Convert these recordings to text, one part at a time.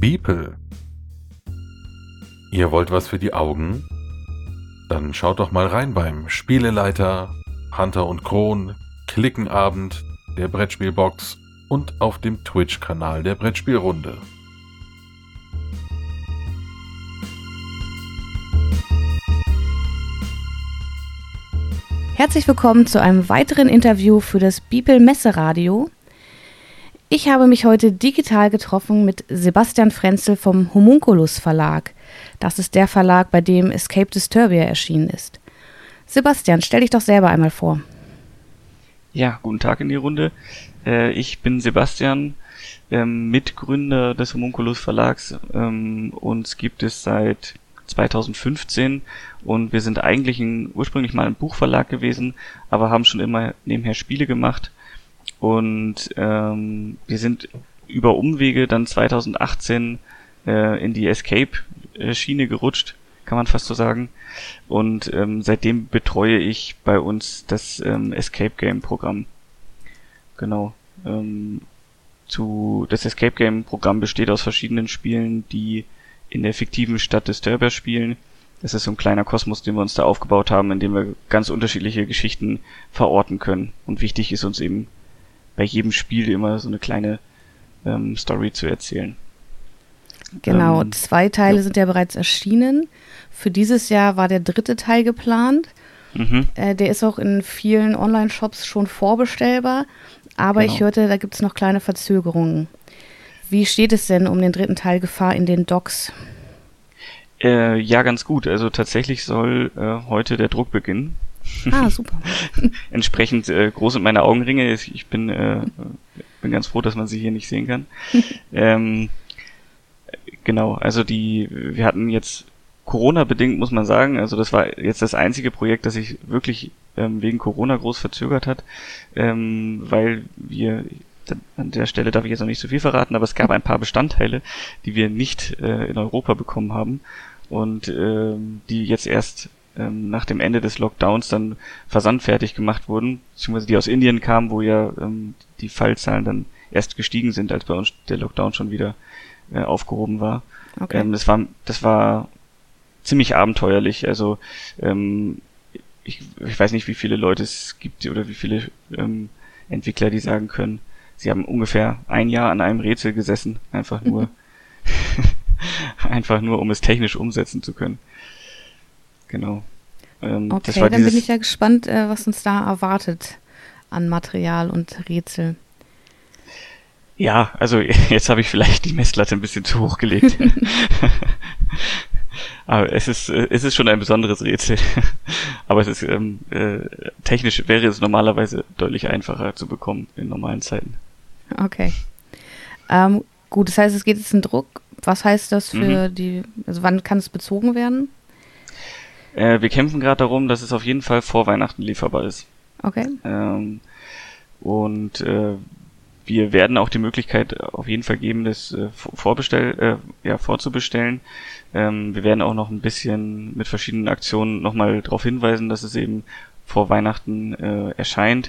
Beeple. Ihr wollt was für die Augen? Dann schaut doch mal rein beim Spieleleiter, Hunter und Kron, Klickenabend, der Brettspielbox und auf dem Twitch-Kanal der Brettspielrunde. Herzlich willkommen zu einem weiteren Interview für das Beeple Messeradio. Ich habe mich heute digital getroffen mit Sebastian Frenzel vom Homunculus Verlag. Das ist der Verlag, bei dem Escape Disturbia erschienen ist. Sebastian, stell dich doch selber einmal vor. Ja, guten Tag in die Runde. Ich bin Sebastian, Mitgründer des Homunculus Verlags. Uns gibt es seit 2015 und wir sind eigentlich ursprünglich mal ein Buchverlag gewesen, aber haben schon immer nebenher Spiele gemacht und wir sind über Umwege dann 2018 in die Escape-Schiene gerutscht, kann man fast so sagen, und seitdem betreue ich bei uns das Escape-Game-Programm. Genau. Das Escape-Game-Programm besteht aus verschiedenen Spielen, die in der fiktiven Stadt Disturbia spielen. Das ist so ein kleiner Kosmos, den wir uns da aufgebaut haben, in dem wir ganz unterschiedliche Geschichten verorten können. Und wichtig ist uns eben bei jedem Spiel immer so eine kleine Story zu erzählen. Genau, 2 Teile sind ja bereits erschienen. Für dieses Jahr war der 3. Teil geplant. Der ist auch in vielen Online-Shops schon vorbestellbar. Aber genau. Ich hörte, da gibt es noch kleine Verzögerungen. Wie steht es denn um den 3. Teil Gefahr in den Docks? Ja, ganz gut. Also tatsächlich soll heute der Druck beginnen. Ah, super. Entsprechend groß sind meine Augenringe. Ich bin ganz froh, dass man sie hier nicht sehen kann. Genau, also wir hatten jetzt Corona-bedingt, muss man sagen, also das war jetzt das einzige Projekt, das sich wirklich wegen Corona groß verzögert hat, weil an der Stelle darf ich jetzt noch nicht so viel verraten, aber es gab ein paar Bestandteile, die wir nicht in Europa bekommen haben und die jetzt erst nach dem Ende des Lockdowns dann versandfertig gemacht wurden, beziehungsweise die aus Indien kamen, wo ja die Fallzahlen dann erst gestiegen sind, als bei uns der Lockdown schon wieder aufgehoben war. Okay. Das war ziemlich abenteuerlich, also ich weiß nicht, wie viele Leute es gibt oder wie viele Entwickler, die sagen können, sie haben ungefähr ein Jahr an einem Rätsel gesessen, einfach nur um es technisch umsetzen zu können. Genau. Okay, das war dann bin ich ja gespannt, was uns da erwartet an Material und Rätsel. Ja, also jetzt habe ich vielleicht die Messlatte ein bisschen zu hoch gelegt. Aber es ist schon ein besonderes Rätsel. Aber es ist technisch wäre es normalerweise deutlich einfacher zu bekommen in normalen Zeiten. Okay. Gut, das heißt, es geht jetzt in Druck. Was heißt das für also wann kann es bezogen werden? Wir kämpfen gerade darum, dass es auf jeden Fall vor Weihnachten lieferbar ist. Okay. Wir werden auch die Möglichkeit auf jeden Fall geben, das vorzubestellen. Wir werden auch noch ein bisschen mit verschiedenen Aktionen nochmal darauf hinweisen, dass es eben vor Weihnachten erscheint.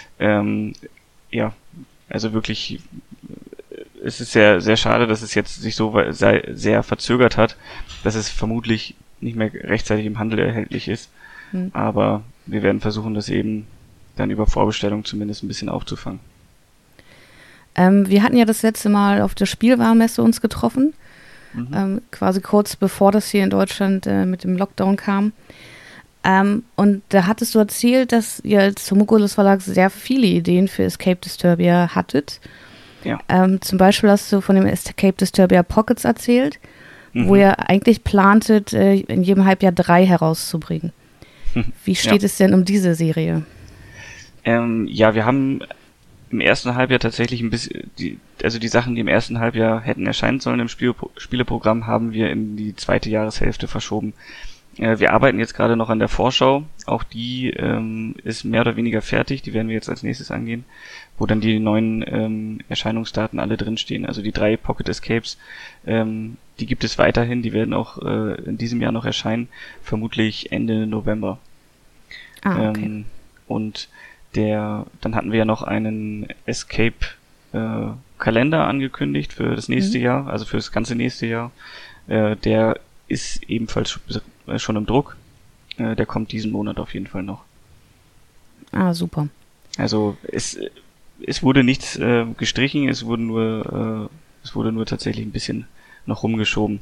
Also wirklich, es ist sehr, sehr schade, dass es jetzt sich so sehr verzögert hat, dass es vermutlich nicht mehr rechtzeitig im Handel erhältlich ist. Aber wir werden versuchen, das eben dann über Vorbestellung zumindest ein bisschen aufzufangen. Wir hatten ja das letzte Mal auf der Spielwarenmesse uns getroffen, quasi kurz bevor das hier in Deutschland mit dem Lockdown kam. Und da hattest du erzählt, dass ihr als Homunculus Verlag sehr viele Ideen für Escape Disturbia hattet. Ja. Zum Beispiel hast du von dem Escape Disturbia Pockets erzählt, wo ihr eigentlich plantet, in jedem Halbjahr 3 herauszubringen. Wie steht es denn um diese Serie? Wir haben im ersten Halbjahr tatsächlich ein bisschen, die Sachen, die im ersten Halbjahr hätten erscheinen sollen im Spieleprogramm, haben wir in die 2. Jahreshälfte verschoben. Wir arbeiten jetzt gerade noch an der Vorschau, auch die ist mehr oder weniger fertig, die werden wir jetzt als nächstes angehen, wo dann die neuen Erscheinungsdaten alle drinstehen, also die 3 Pocket Escapes, die gibt es weiterhin, die werden auch in diesem Jahr noch erscheinen, vermutlich Ende November. Und dann hatten wir ja noch einen Escape Kalender angekündigt für das nächste Jahr, also für das ganze nächste Jahr. Der ist ebenfalls schon im Druck. Der kommt diesen Monat auf jeden Fall noch. Ah, super. Also es wurde nichts gestrichen, es wurde nur tatsächlich ein bisschen noch rumgeschoben.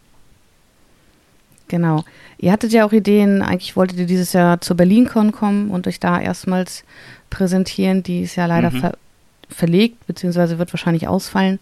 Genau. Ihr hattet ja auch Ideen, eigentlich wolltet ihr dieses Jahr zur BerlinCon kommen und euch da erstmals präsentieren. Die ist ja leider verlegt, beziehungsweise wird wahrscheinlich ausfallen.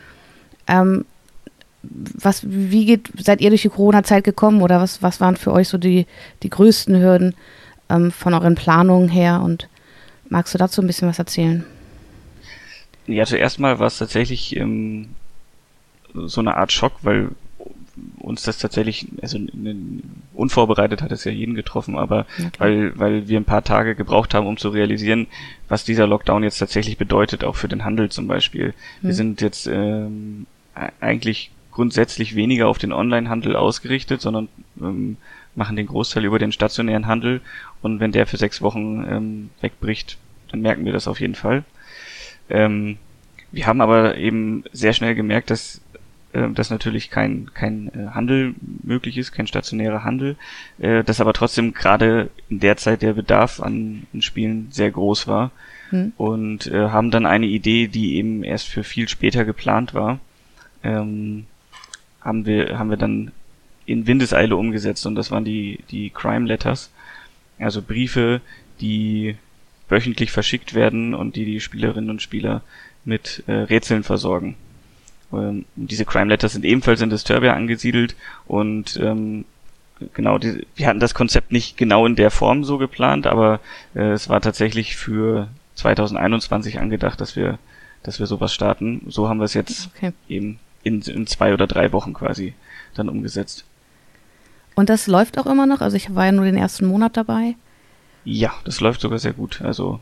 Seid ihr durch die Corona-Zeit gekommen oder was waren für euch so die größten Hürden von euren Planungen her? Und magst du dazu ein bisschen was erzählen? Ja, zuerst mal war es tatsächlich so eine Art Schock, weil uns das tatsächlich, also unvorbereitet hat es ja jeden getroffen, aber weil wir ein paar Tage gebraucht haben, um zu realisieren, was dieser Lockdown jetzt tatsächlich bedeutet, auch für den Handel zum Beispiel. Wir sind jetzt eigentlich grundsätzlich weniger auf den Online-Handel ausgerichtet, sondern machen den Großteil über den stationären Handel, und wenn der für 6 Wochen wegbricht, dann merken wir das auf jeden Fall. Wir haben aber eben sehr schnell gemerkt, dass natürlich kein Handel möglich ist, kein stationärer Handel, dass aber trotzdem gerade in der Zeit der Bedarf an Spielen sehr groß war, und haben dann eine Idee, die eben erst für viel später geplant war, haben wir dann in Windeseile umgesetzt, und das waren die Crime Letters, also Briefe, die wöchentlich verschickt werden und die Spielerinnen und Spieler mit Rätseln versorgen. Diese Crime Letters sind ebenfalls in Disturbia angesiedelt, und genau, wir hatten das Konzept nicht genau in der Form so geplant, aber es war tatsächlich für 2021 angedacht, dass wir sowas starten. So haben wir es jetzt eben in 2 oder 3 Wochen quasi dann umgesetzt. Und das läuft auch immer noch? Also ich war ja nur den ersten Monat dabei. Ja, das läuft sogar sehr gut. Also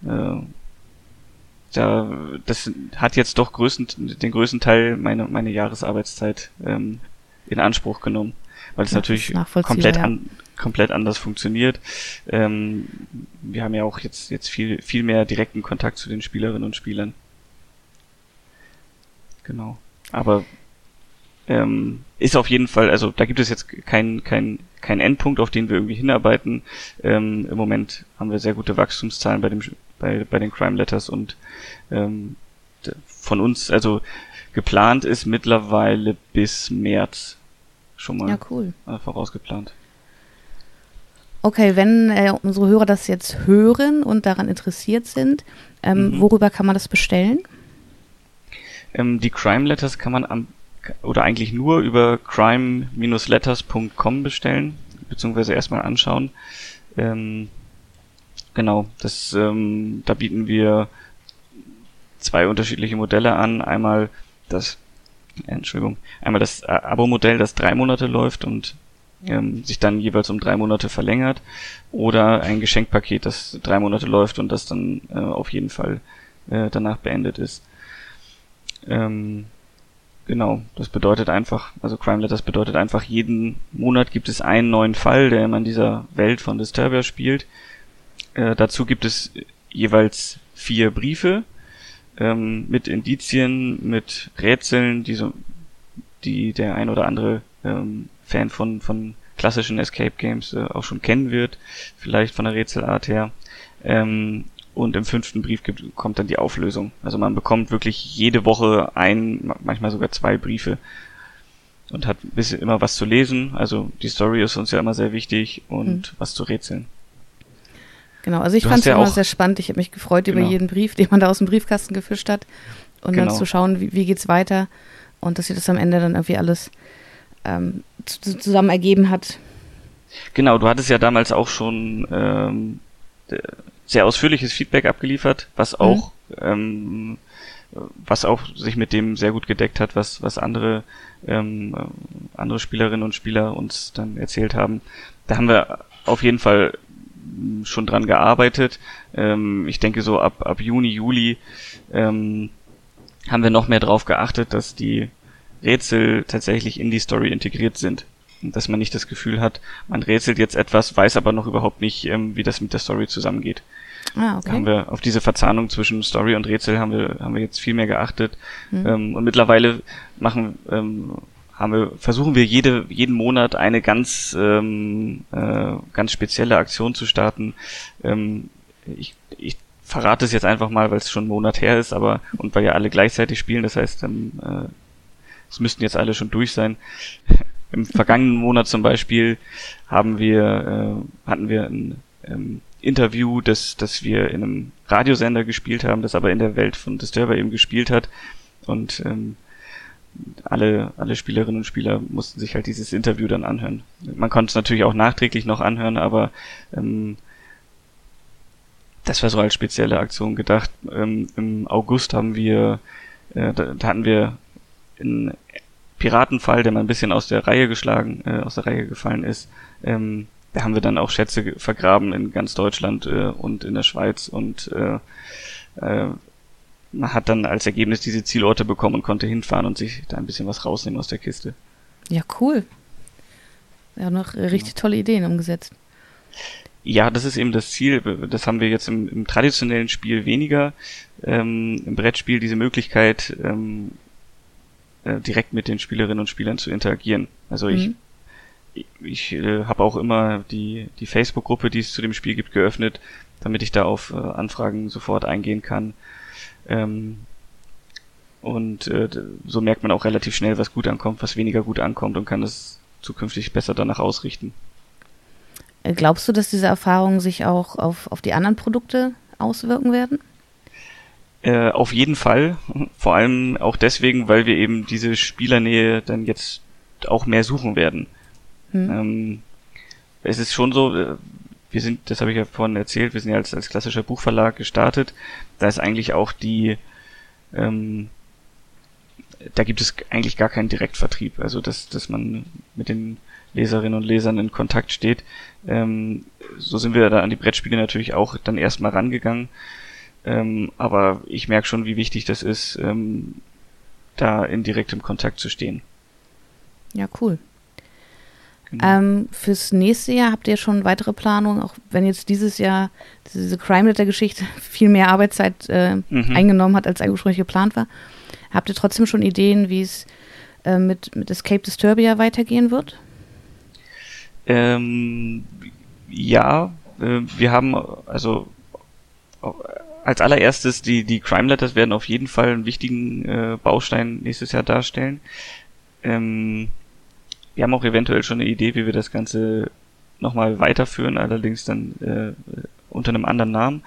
das hat jetzt doch den größten Teil meiner Jahresarbeitszeit in Anspruch genommen, weil es natürlich komplett anders funktioniert. Wir haben ja auch jetzt viel mehr direkten Kontakt zu den Spielerinnen und Spielern. Genau. Aber ist auf jeden Fall, also da gibt es jetzt kein Endpunkt, auf den wir irgendwie hinarbeiten. Im Moment haben wir sehr gute Wachstumszahlen bei den Crime Letters, und von uns, also geplant ist mittlerweile bis März schon mal vorausgeplant. Okay, wenn unsere Hörer das jetzt hören und daran interessiert sind, worüber kann man das bestellen? Die Crime Letters kann man eigentlich nur über crime-letters.com bestellen, beziehungsweise erstmal anschauen. Genau, da bieten wir 2 unterschiedliche Modelle an. Einmal das Abo-Modell, das 3 Monate läuft und sich dann jeweils um 3 Monate verlängert, oder ein Geschenkpaket, das 3 Monate läuft und das dann auf jeden Fall danach beendet ist. Genau, das bedeutet einfach, also Crime Letters bedeutet einfach, jeden Monat gibt es einen neuen Fall, der immer in dieser Welt von Disturbia spielt. Dazu gibt es jeweils 4 Briefe mit Indizien, mit Rätseln, die der ein oder andere Fan von klassischen Escape Games auch schon kennen wird, vielleicht von der Rätselart her. Und im 5. Brief kommt dann die Auflösung. Also man bekommt wirklich jede Woche manchmal sogar 2 Briefe und hat ein bisschen immer was zu lesen. Also die Story ist uns ja immer sehr wichtig, und was zu rätseln. Genau, also ich fand es immer sehr spannend. Ich habe mich gefreut über jeden Brief, den man da aus dem Briefkasten gefischt hat, und dann zu schauen, wie geht's weiter, und dass sich das am Ende dann irgendwie alles zusammen ergeben hat. Genau, du hattest ja damals auch schon sehr ausführliches Feedback abgeliefert, was auch sich mit dem sehr gut gedeckt hat, was andere Spielerinnen und Spieler uns dann erzählt haben. Da haben wir auf jeden Fall schon dran gearbeitet. Ich denke so ab Juni, Juli haben wir noch mehr drauf geachtet, dass die Rätsel tatsächlich in die Story integriert sind. Und dass man nicht das Gefühl hat, man rätselt jetzt etwas, weiß aber noch überhaupt nicht, wie das mit der Story zusammengeht. Okay. Da haben wir auf diese Verzahnung zwischen Story und Rätsel haben wir jetzt viel mehr geachtet. Und mittlerweile versuchen wir jeden Monat eine ganz spezielle Aktion zu starten. Ich verrate es jetzt einfach mal, weil es schon einen Monat her ist, und weil ja alle gleichzeitig spielen, das heißt, es müssten jetzt alle schon durch sein. Im vergangenen Monat zum Beispiel hatten wir ein Interview, das wir in einem Radiosender gespielt haben, das aber in der Welt von Disturbia eben gespielt hat, und alle Spielerinnen und Spieler mussten sich halt dieses Interview dann anhören. Man konnte es natürlich auch nachträglich noch anhören, aber das war so als spezielle Aktion gedacht. Im August hatten wir einen Piratenfall, der mal ein bisschen aus der Reihe gefallen ist. Da haben wir dann auch Schätze vergraben in ganz Deutschland und in der Schweiz, und man hat dann als Ergebnis diese Zielorte bekommen und konnte hinfahren und sich da ein bisschen was rausnehmen aus der Kiste. Ja, cool. Ja, noch richtig tolle Ideen umgesetzt. Ja, das ist eben das Ziel. Das haben wir jetzt im traditionellen Spiel weniger. Im Brettspiel diese Möglichkeit, direkt mit den Spielerinnen und Spielern zu interagieren. Also ich habe auch immer die Facebook-Gruppe, die es zu dem Spiel gibt, geöffnet, damit ich da auf Anfragen sofort eingehen kann. So merkt man auch relativ schnell, was gut ankommt, was weniger gut ankommt, und kann es zukünftig besser danach ausrichten. Glaubst du, dass diese Erfahrungen sich auch auf die anderen Produkte auswirken werden? Auf jeden Fall. Vor allem auch deswegen, weil wir eben diese Spielernähe dann jetzt auch mehr suchen werden. Es ist schon so, das habe ich ja vorhin erzählt, wir sind ja als klassischer Buchverlag gestartet. Da ist eigentlich auch da gibt es eigentlich gar keinen Direktvertrieb. Also, dass man mit den Leserinnen und Lesern in Kontakt steht. So sind wir da an die Brettspiele natürlich auch dann erstmal rangegangen. Aber ich merke schon, wie wichtig das ist, da in direktem Kontakt zu stehen. Ja, cool. Genau. Fürs nächste Jahr habt ihr schon weitere Planungen, auch wenn jetzt dieses Jahr diese Crime Letter-Geschichte viel mehr Arbeitszeit eingenommen hat, als ursprünglich geplant war. Habt ihr trotzdem schon Ideen, wie es mit Escape Disturbia weitergehen wird? Ja, wir haben also als allererstes die Crime Letters werden auf jeden Fall einen wichtigen Baustein nächstes Jahr darstellen. Wir haben auch eventuell schon eine Idee, wie wir das Ganze nochmal weiterführen, allerdings dann unter einem anderen Namen.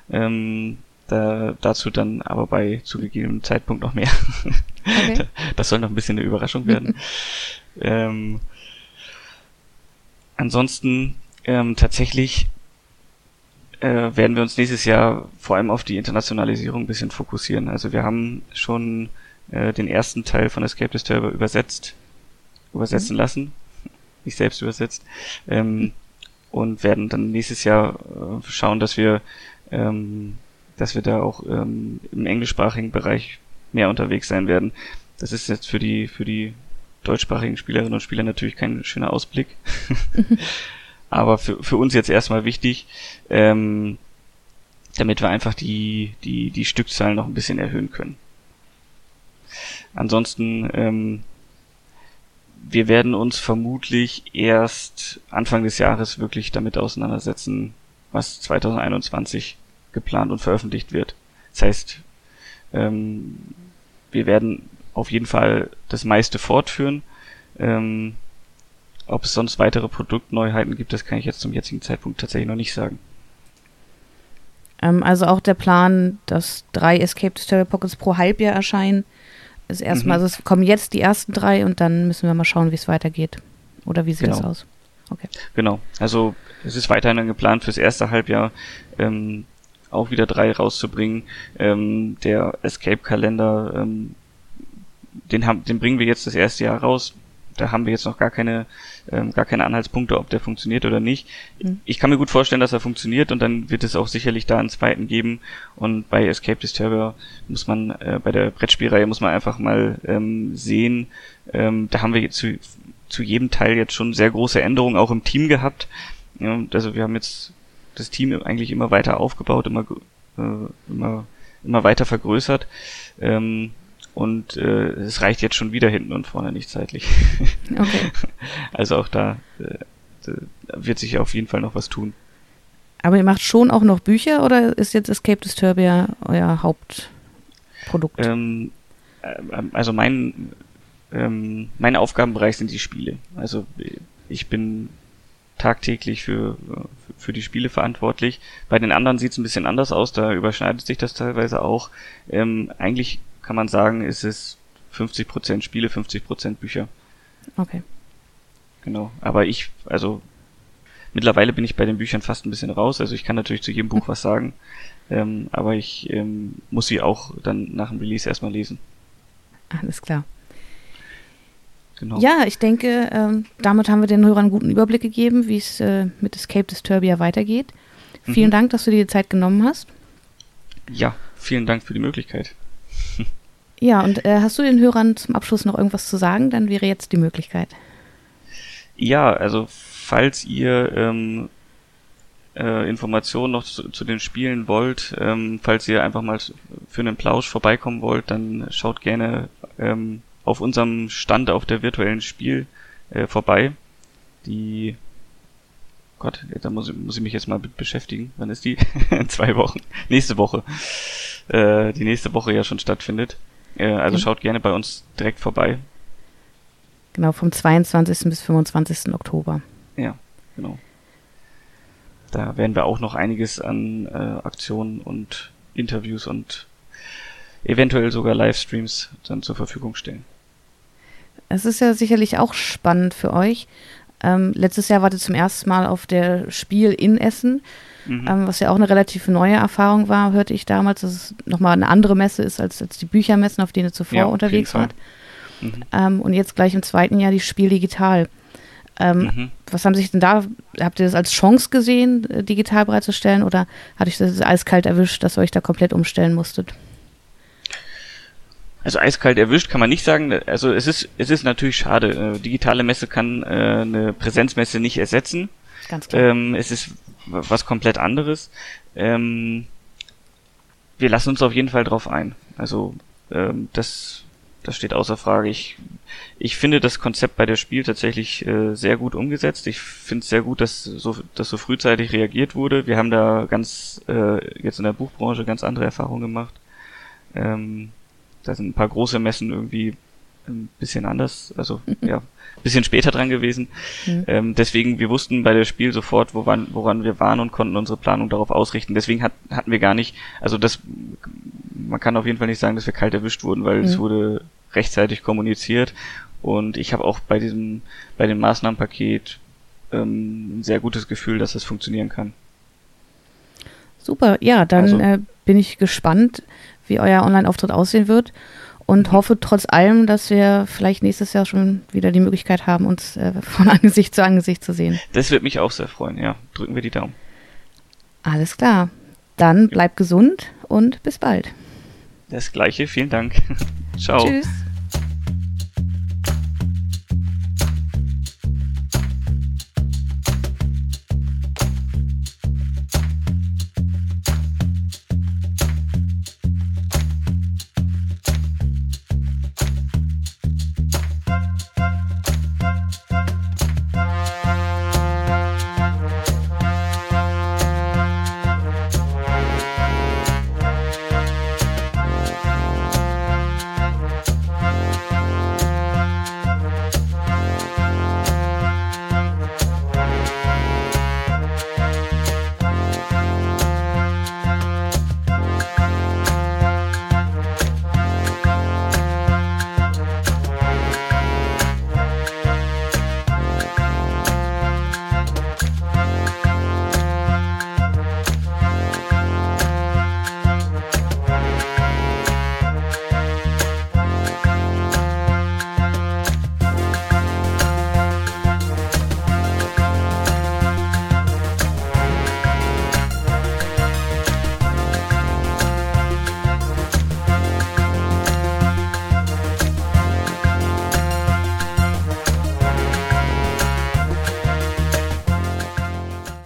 Dazu dann aber bei zugegebenem Zeitpunkt noch mehr. Okay. Das soll noch ein bisschen eine Überraschung werden. Ansonsten tatsächlich werden wir uns nächstes Jahr vor allem auf die Internationalisierung ein bisschen fokussieren. Also wir haben schon den ersten Teil von Escape Disturbia übersetzen lassen, nicht selbst übersetzt, und werden dann nächstes Jahr schauen, dass wir da auch im englischsprachigen Bereich mehr unterwegs sein werden. Das ist jetzt für die deutschsprachigen Spielerinnen und Spieler natürlich kein schöner Ausblick, aber für uns jetzt erstmal wichtig, damit wir einfach die Stückzahlen noch ein bisschen erhöhen können. Ansonsten wir werden uns vermutlich erst Anfang des Jahres wirklich damit auseinandersetzen, was 2021 geplant und veröffentlicht wird. Das heißt, wir werden auf jeden Fall das meiste fortführen. Ob es sonst weitere Produktneuheiten gibt, das kann ich jetzt zum jetzigen Zeitpunkt tatsächlich noch nicht sagen. Also auch der Plan, dass 3 Escape Disturbia Pockets pro Halbjahr erscheinen, ist erstmal, also es kommen jetzt die ersten 3 und dann müssen wir mal schauen, wie es weitergeht. Oder wie sieht das aus? Okay. Genau. Also es ist weiterhin geplant fürs erste Halbjahr auch wieder 3 rauszubringen. Der Escape-Kalender, den bringen wir jetzt das erste Jahr raus. Da haben wir jetzt noch gar keine Anhaltspunkte, ob der funktioniert oder nicht. Ich kann mir gut vorstellen, dass er funktioniert, und dann wird es auch sicherlich da einen zweiten geben. Und bei Escape Disturbia muss man, bei der Brettspielreihe muss man einfach mal sehen, da haben wir jetzt zu jedem Teil jetzt schon sehr große Änderungen auch im Team gehabt. Ja, also wir haben jetzt das Team eigentlich immer weiter aufgebaut, immer weiter vergrößert. Und es reicht jetzt schon wieder hinten und vorne nicht zeitlich. Okay. Also auch da wird sich auf jeden Fall noch was tun. Aber ihr macht schon auch noch Bücher oder ist jetzt Escape Disturbia euer Hauptprodukt? Also mein Aufgabenbereich sind die Spiele. Also ich bin tagtäglich für die Spiele verantwortlich. Bei den anderen sieht es ein bisschen anders aus, da überschneidet sich das teilweise auch. Eigentlich kann man sagen, ist es 50% Spiele, 50% Bücher. Okay. Genau. Aber mittlerweile bin ich bei den Büchern fast ein bisschen raus. Also ich kann natürlich zu jedem Buch was sagen, aber ich muss sie auch dann nach dem Release erstmal lesen. Alles klar. Genau. Ja, ich denke, damit haben wir den Hörern einen guten Überblick gegeben, wie es mit Escape Disturbia weitergeht. Vielen Dank, dass du dir die Zeit genommen hast. Ja, vielen Dank für die Möglichkeit. Ja, und hast du den Hörern zum Abschluss noch irgendwas zu sagen? Dann wäre jetzt die Möglichkeit. Ja, also falls ihr Informationen noch zu den Spielen wollt, falls ihr einfach mal für einen Plausch vorbeikommen wollt, dann schaut gerne auf unserem Stand auf der virtuellen Spiel vorbei. Da muss ich mich jetzt mal mit beschäftigen. Wann ist die? In 2 Wochen. Nächste Woche. Die nächste Woche ja schon stattfindet. Also schaut gerne bei uns direkt vorbei. Genau, vom 22. bis 25. Oktober. Ja, genau. Da werden wir auch noch einiges an Aktionen und Interviews und eventuell sogar Livestreams dann zur Verfügung stellen. Es ist ja sicherlich auch spannend für euch. Letztes Jahr wart ihr zum ersten Mal auf der Spiel in Essen, was ja auch eine relativ neue Erfahrung war, hörte ich damals, dass es nochmal eine andere Messe ist als die Büchermessen, auf denen ihr zuvor unterwegs wart. Und jetzt gleich im zweiten Jahr die Spiel digital. Was haben sich denn da, habt ihr das als Chance gesehen, digital bereitzustellen, oder hat euch das eiskalt erwischt, dass ihr euch da komplett umstellen musstet? Also eiskalt erwischt kann man nicht sagen. Also es ist natürlich schade. Digitale Messe kann eine Präsenzmesse nicht ersetzen. Ganz klar. Es ist was komplett anderes. Wir lassen uns auf jeden Fall drauf ein. Also das steht außer Frage. Ich finde das Konzept bei der Spiel tatsächlich sehr gut umgesetzt. Ich finde es sehr gut, dass so frühzeitig reagiert wurde. Wir haben da jetzt in der Buchbranche ganz andere Erfahrungen gemacht. Da sind ein paar große Messen irgendwie ein bisschen anders, also ja, ein bisschen später dran gewesen. Deswegen, wir wussten bei der Spiel sofort, woran wir waren und konnten unsere Planung darauf ausrichten. Deswegen hatten wir gar nicht, also man kann auf jeden Fall nicht sagen, dass wir kalt erwischt wurden, weil es wurde rechtzeitig kommuniziert, und ich habe auch bei dem Maßnahmenpaket ein sehr gutes Gefühl, dass das funktionieren kann. Super, ja, dann bin ich gespannt, wie euer Online-Auftritt aussehen wird, und hoffe trotz allem, dass wir vielleicht nächstes Jahr schon wieder die Möglichkeit haben, uns von Angesicht zu Angesicht zu sehen. Das würde mich auch sehr freuen, ja. Drücken wir die Daumen. Alles klar. Dann bleibt gesund und bis bald. Das Gleiche, vielen Dank. Ciao. Tschüss.